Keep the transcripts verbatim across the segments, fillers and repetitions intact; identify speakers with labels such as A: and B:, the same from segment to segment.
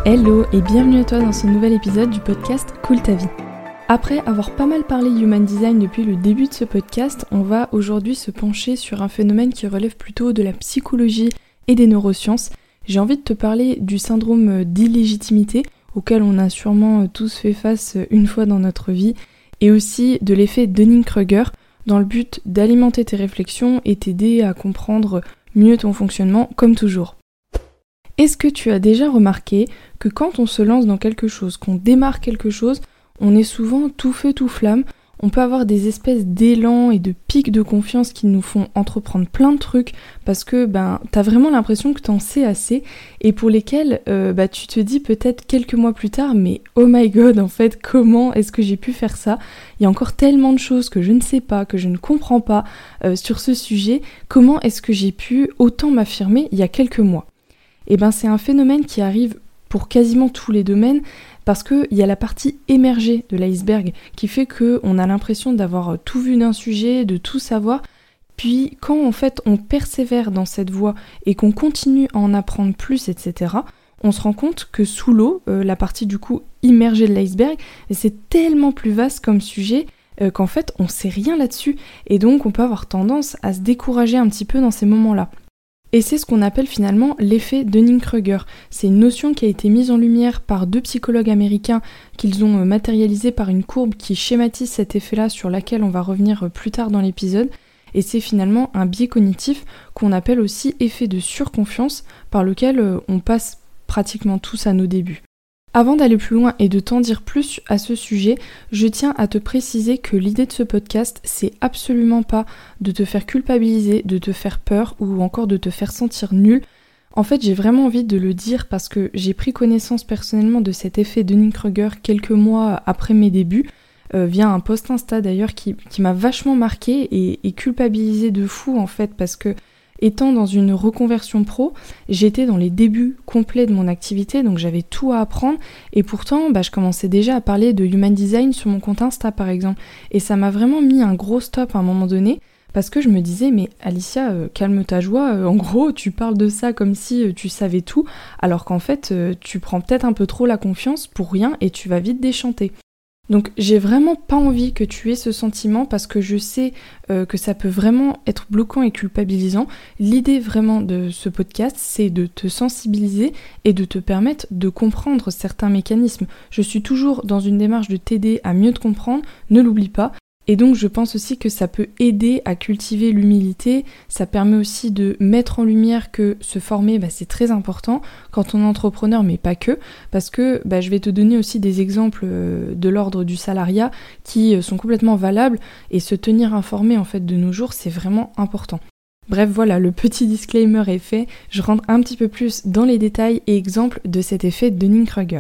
A: Hello et bienvenue à toi dans ce nouvel épisode du podcast Cool ta vie. Après avoir pas mal parlé Human Design depuis le début de ce podcast, on va aujourd'hui se pencher sur un phénomène qui relève plutôt de la psychologie et des neurosciences. J'ai envie de te parler du syndrome d'illégitimité auquel on a sûrement tous fait face une fois dans notre vie, et aussi de l'effet Dunning-Kruger dans le but d'alimenter tes réflexions et t'aider à comprendre mieux ton fonctionnement comme toujours. Est-ce que tu as déjà remarqué que quand on se lance dans quelque chose, qu'on démarre quelque chose, on est souvent tout feu tout flamme, on peut avoir des espèces d'élan et de pics de confiance qui nous font entreprendre plein de trucs parce que ben t'as vraiment l'impression que t'en sais assez et pour lesquels euh, bah, tu te dis peut-être quelques mois plus tard mais oh my god en fait comment est-ce que j'ai pu faire ça ? Il y a encore tellement de choses que je ne sais pas, que je ne comprends pas euh, sur ce sujet, comment est-ce que j'ai pu autant m'affirmer il y a quelques mois ? Et ben c'est un phénomène qui arrive pour quasiment tous les domaines parce qu'il y a la partie émergée de l'iceberg qui fait qu'on a l'impression d'avoir tout vu d'un sujet, de tout savoir. Puis quand en fait on persévère dans cette voie et qu'on continue à en apprendre plus, et cetera, on se rend compte que sous l'eau, euh, la partie du coup immergée de l'iceberg, c'est tellement plus vaste comme sujet euh, qu'en fait on sait rien là-dessus et donc on peut avoir tendance à se décourager un petit peu dans ces moments-là. Et c'est ce qu'on appelle finalement l'effet Dunning-Kruger. C'est une notion qui a été mise en lumière par deux psychologues américains qu'ils ont matérialisé par une courbe qui schématise cet effet-là sur laquelle on va revenir plus tard dans l'épisode. Et c'est finalement un biais cognitif qu'on appelle aussi effet de surconfiance par lequel on passe pratiquement tous à nos débuts. Avant d'aller plus loin et de t'en dire plus à ce sujet, je tiens à te préciser que l'idée de ce podcast, c'est absolument pas de te faire culpabiliser, de te faire peur ou encore de te faire sentir nul. En fait, j'ai vraiment envie de le dire parce que j'ai pris connaissance personnellement de cet effet Dunning-Kruger quelques mois après mes débuts, euh, via un post Insta d'ailleurs qui, qui m'a vachement marqué et, et culpabilisé de fou en fait parce que étant dans une reconversion pro, j'étais dans les débuts complets de mon activité, donc j'avais tout à apprendre et pourtant bah, je commençais déjà à parler de Human Design sur mon compte Insta par exemple et ça m'a vraiment mis un gros stop à un moment donné parce que je me disais mais Alicia euh, calme ta joie, euh, en gros tu parles de ça comme si euh, tu savais tout alors qu'en fait euh, tu prends peut-être un peu trop la confiance pour rien et tu vas vite déchanter. Donc j'ai vraiment pas envie que tu aies ce sentiment parce que je sais euh, que ça peut vraiment être bloquant et culpabilisant. L'idée vraiment de ce podcast, c'est de te sensibiliser et de te permettre de comprendre certains mécanismes. Je suis toujours dans une démarche de t'aider à mieux te comprendre, ne l'oublie pas. Et donc je pense aussi que ça peut aider à cultiver l'humilité, ça permet aussi de mettre en lumière que se former bah, c'est très important quand on est entrepreneur mais pas que, parce que bah, je vais te donner aussi des exemples de l'ordre du salariat qui sont complètement valables et se tenir informé en fait de nos jours c'est vraiment important. Bref voilà, le petit disclaimer est fait, je rentre un petit peu plus dans les détails et exemples de cet effet Dunning-Kruger.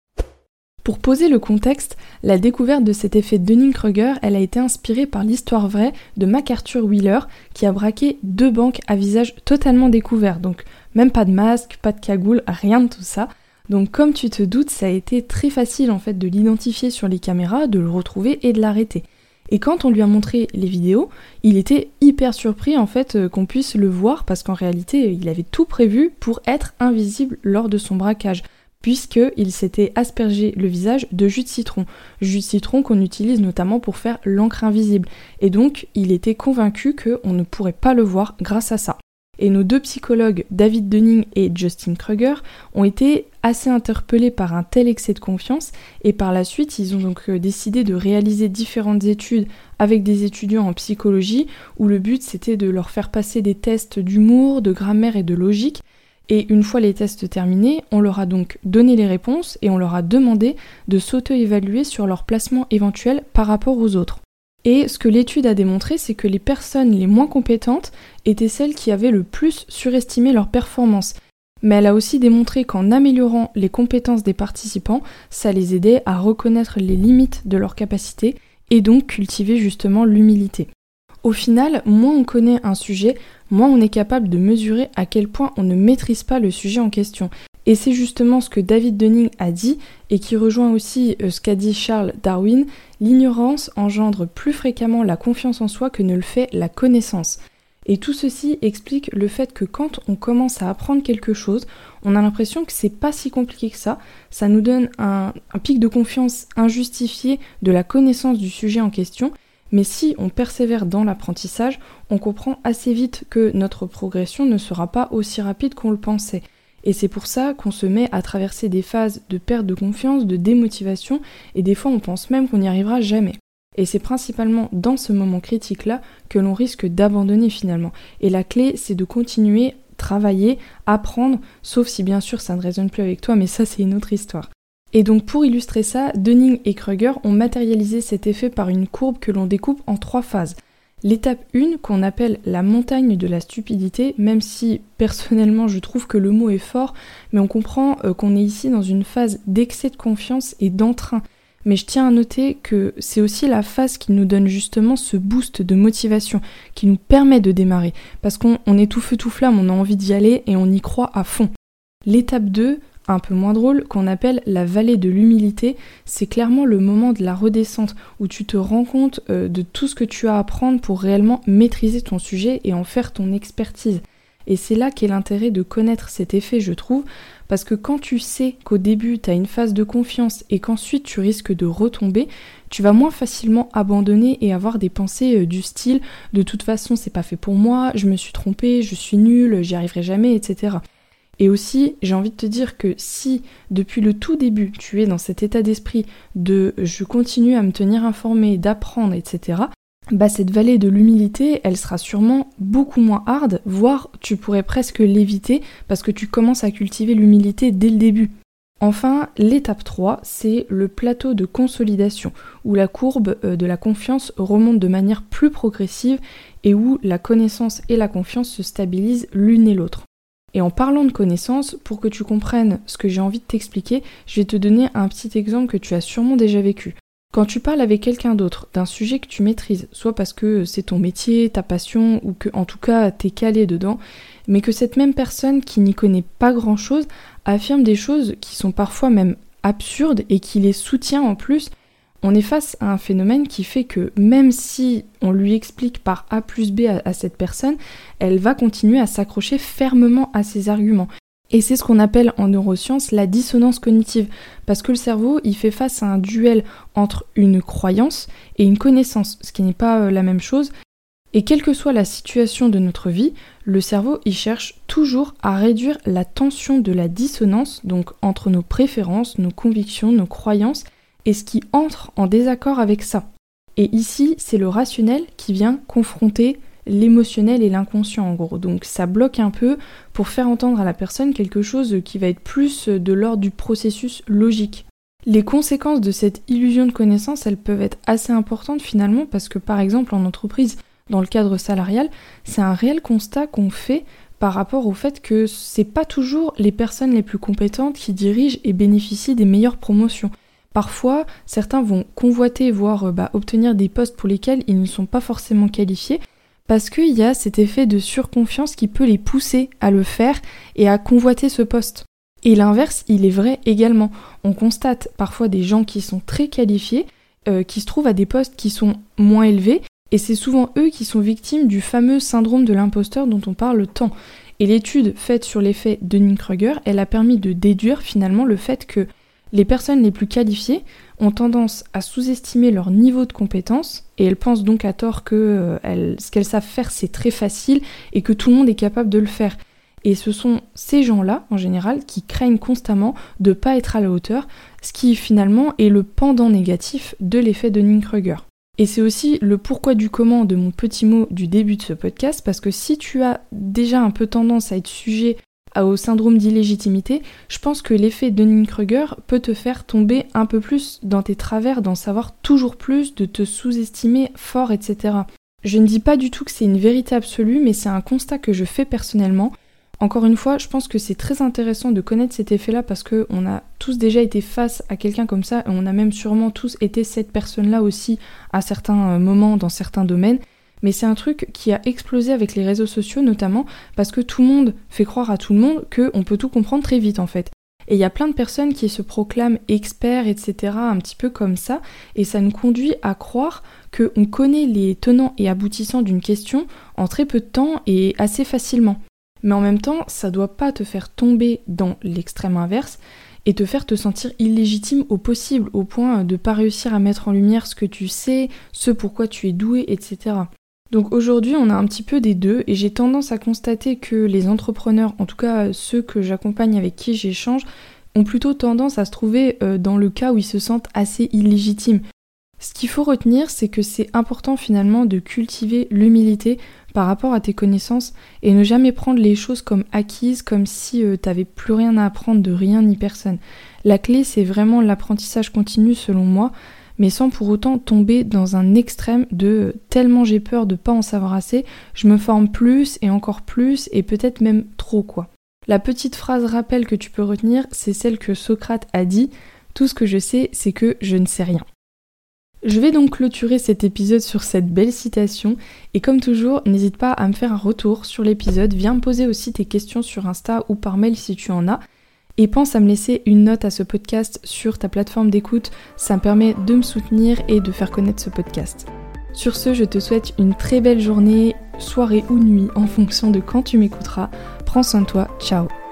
A: Pour poser le contexte, la découverte de cet effet Dunning-Kruger, elle a été inspirée par l'histoire vraie de MacArthur Wheeler qui a braqué deux banques à visage totalement découvert, donc même pas de masque, pas de cagoule, rien de tout ça. Donc comme tu te doutes, ça a été très facile en fait de l'identifier sur les caméras, de le retrouver et de l'arrêter. Et quand on lui a montré les vidéos, il était hyper surpris en fait qu'on puisse le voir parce qu'en réalité, il avait tout prévu pour être invisible lors de son braquage. Puisqu'il s'était aspergé le visage de jus de citron. Jus de citron qu'on utilise notamment pour faire l'encre invisible. Et donc, il était convaincu qu'on ne pourrait pas le voir grâce à ça. Et nos deux psychologues, David Dunning et Justin Kruger, ont été assez interpellés par un tel excès de confiance et par la suite, ils ont donc décidé de réaliser différentes études avec des étudiants en psychologie où le but c'était de leur faire passer des tests d'humour, de grammaire et de logique. Et une fois les tests terminés, on leur a donc donné les réponses et on leur a demandé de s'auto-évaluer sur leur placement éventuel par rapport aux autres. Et ce que l'étude a démontré, c'est que les personnes les moins compétentes étaient celles qui avaient le plus surestimé leur performance. Mais elle a aussi démontré qu'en améliorant les compétences des participants, ça les aidait à reconnaître les limites de leurs capacités et donc cultiver justement l'humilité. Au final, moins on connaît un sujet, moins on est capable de mesurer à quel point on ne maîtrise pas le sujet en question. Et c'est justement ce que David Dunning a dit, et qui rejoint aussi ce qu'a dit Charles Darwin, l'ignorance engendre plus fréquemment la confiance en soi que ne le fait la connaissance. Et tout ceci explique le fait que quand on commence à apprendre quelque chose, on a l'impression que c'est pas si compliqué que ça. Ça nous donne un, un pic de confiance injustifié de la connaissance du sujet en question. Mais si on persévère dans l'apprentissage, on comprend assez vite que notre progression ne sera pas aussi rapide qu'on le pensait. Et c'est pour ça qu'on se met à traverser des phases de perte de confiance, de démotivation, et des fois on pense même qu'on n'y arrivera jamais. Et c'est principalement dans ce moment critique-là que l'on risque d'abandonner finalement. Et la clé, c'est de continuer, travailler, apprendre, sauf si bien sûr ça ne résonne plus avec toi, mais ça c'est une autre histoire. Et donc pour illustrer ça, Dunning et Kruger ont matérialisé cet effet par une courbe que l'on découpe en trois phases. L'étape un, qu'on appelle la montagne de la stupidité, même si personnellement je trouve que le mot est fort, mais on comprend euh, qu'on est ici dans une phase d'excès de confiance et d'entrain. Mais je tiens à noter que c'est aussi la phase qui nous donne justement ce boost de motivation, qui nous permet de démarrer, parce qu'on on est tout feu tout flamme, on a envie d'y aller et on y croit à fond. L'étape deux, un peu moins drôle, qu'on appelle la vallée de l'humilité, c'est clairement le moment de la redescente où tu te rends compte euh, de tout ce que tu as à apprendre pour réellement maîtriser ton sujet et en faire ton expertise. Et c'est là qu'est l'intérêt de connaître cet effet, je trouve, parce que quand tu sais qu'au début tu as une phase de confiance et qu'ensuite tu risques de retomber, tu vas moins facilement abandonner et avoir des pensées euh, du style « de toute façon c'est pas fait pour moi, je me suis trompée, je suis nulle, j'y arriverai jamais, et cetera » Et aussi, j'ai envie de te dire que si, depuis le tout début, tu es dans cet état d'esprit de « je continue à me tenir informée, d'apprendre, et cetera », bah cette vallée de l'humilité, elle sera sûrement beaucoup moins hard, voire tu pourrais presque l'éviter parce que tu commences à cultiver l'humilité dès le début. Enfin, l'étape trois, c'est le plateau de consolidation, où la courbe de la confiance remonte de manière plus progressive et où la connaissance et la confiance se stabilisent l'une et l'autre. Et en parlant de connaissances, pour que tu comprennes ce que j'ai envie de t'expliquer, je vais te donner un petit exemple que tu as sûrement déjà vécu. Quand tu parles avec quelqu'un d'autre d'un sujet que tu maîtrises, soit parce que c'est ton métier, ta passion, ou que en tout cas t'es calé dedans, mais que cette même personne qui n'y connaît pas grand-chose affirme des choses qui sont parfois même absurdes et qui les soutient en plus, on est face à un phénomène qui fait que même si on lui explique par A plus B à, à cette personne, elle va continuer à s'accrocher fermement à ses arguments. Et c'est ce qu'on appelle en neurosciences la dissonance cognitive, parce que le cerveau, il fait face à un duel entre une croyance et une connaissance, ce qui n'est pas la même chose. Et quelle que soit la situation de notre vie, le cerveau, il cherche toujours à réduire la tension de la dissonance, donc entre nos préférences, nos convictions, nos croyances, et ce qui entre en désaccord avec ça. Et ici, c'est le rationnel qui vient confronter l'émotionnel et l'inconscient en gros. Donc ça bloque un peu pour faire entendre à la personne quelque chose qui va être plus de l'ordre du processus logique. Les conséquences de cette illusion de connaissance, elles peuvent être assez importantes finalement parce que par exemple en entreprise, dans le cadre salarial, c'est un réel constat qu'on fait par rapport au fait que c'est pas toujours les personnes les plus compétentes qui dirigent et bénéficient des meilleures promotions. Parfois, certains vont convoiter, voire bah, obtenir des postes pour lesquels ils ne sont pas forcément qualifiés, parce qu'il y a cet effet de surconfiance qui peut les pousser à le faire et à convoiter ce poste. Et l'inverse, il est vrai également. On constate parfois des gens qui sont très qualifiés, euh, qui se trouvent à des postes qui sont moins élevés, et c'est souvent eux qui sont victimes du fameux syndrome de l'imposteur dont on parle tant. Et l'étude faite sur l'effet Dunning-Kruger, elle a permis de déduire finalement le fait que les personnes les plus qualifiées ont tendance à sous-estimer leur niveau de compétence et elles pensent donc à tort que euh, elles, ce qu'elles savent faire c'est très facile et que tout le monde est capable de le faire. Et ce sont ces gens-là, en général, qui craignent constamment de ne pas être à la hauteur, ce qui finalement est le pendant négatif de l'effet Dunning-Kruger. Et c'est aussi le pourquoi du comment de mon petit mot du début de ce podcast, parce que si tu as déjà un peu tendance à être sujet au syndrome d'illégitimité, je pense que l'effet Dunning-Kruger peut te faire tomber un peu plus dans tes travers, d'en savoir toujours plus, de te sous-estimer fort, et cetera. Je ne dis pas du tout que c'est une vérité absolue, mais c'est un constat que je fais personnellement. Encore une fois, je pense que c'est très intéressant de connaître cet effet-là parce qu'on a tous déjà été face à quelqu'un comme ça et on a même sûrement tous été cette personne-là aussi à certains moments dans certains domaines. Mais c'est un truc qui a explosé avec les réseaux sociaux notamment parce que tout le monde fait croire à tout le monde qu'on peut tout comprendre très vite en fait. Et il y a plein de personnes qui se proclament experts, et cetera, un petit peu comme ça, et ça nous conduit à croire qu'on connaît les tenants et aboutissants d'une question en très peu de temps et assez facilement. Mais en même temps, ça doit pas te faire tomber dans l'extrême inverse et te faire te sentir illégitime au possible, au point de pas réussir à mettre en lumière ce que tu sais, ce pourquoi tu es doué, et cetera. Donc aujourd'hui, on a un petit peu des deux, et j'ai tendance à constater que les entrepreneurs, en tout cas ceux que j'accompagne avec qui j'échange, ont plutôt tendance à se trouver dans le cas où ils se sentent assez illégitimes. Ce qu'il faut retenir, c'est que c'est important finalement de cultiver l'humilité par rapport à tes connaissances et ne jamais prendre les choses comme acquises, comme si euh, t'avais plus rien à apprendre de rien ni personne. La clé, c'est vraiment l'apprentissage continu selon moi, mais sans pour autant tomber dans un extrême de euh, tellement j'ai peur de pas en savoir assez, je me forme plus et encore plus et peut-être même trop quoi. La petite phrase rappel que tu peux retenir, c'est celle que Socrate a dit « Tout ce que je sais, c'est que je ne sais rien ». Je vais donc clôturer cet épisode sur cette belle citation et comme toujours, n'hésite pas à me faire un retour sur l'épisode, viens me poser aussi tes questions sur Insta ou par mail si tu en as et pense à me laisser une note à ce podcast sur ta plateforme d'écoute, ça me permet de me soutenir et de faire connaître ce podcast. Sur ce, je te souhaite une très belle journée, soirée ou nuit en fonction de quand tu m'écouteras. Prends soin de toi, ciao.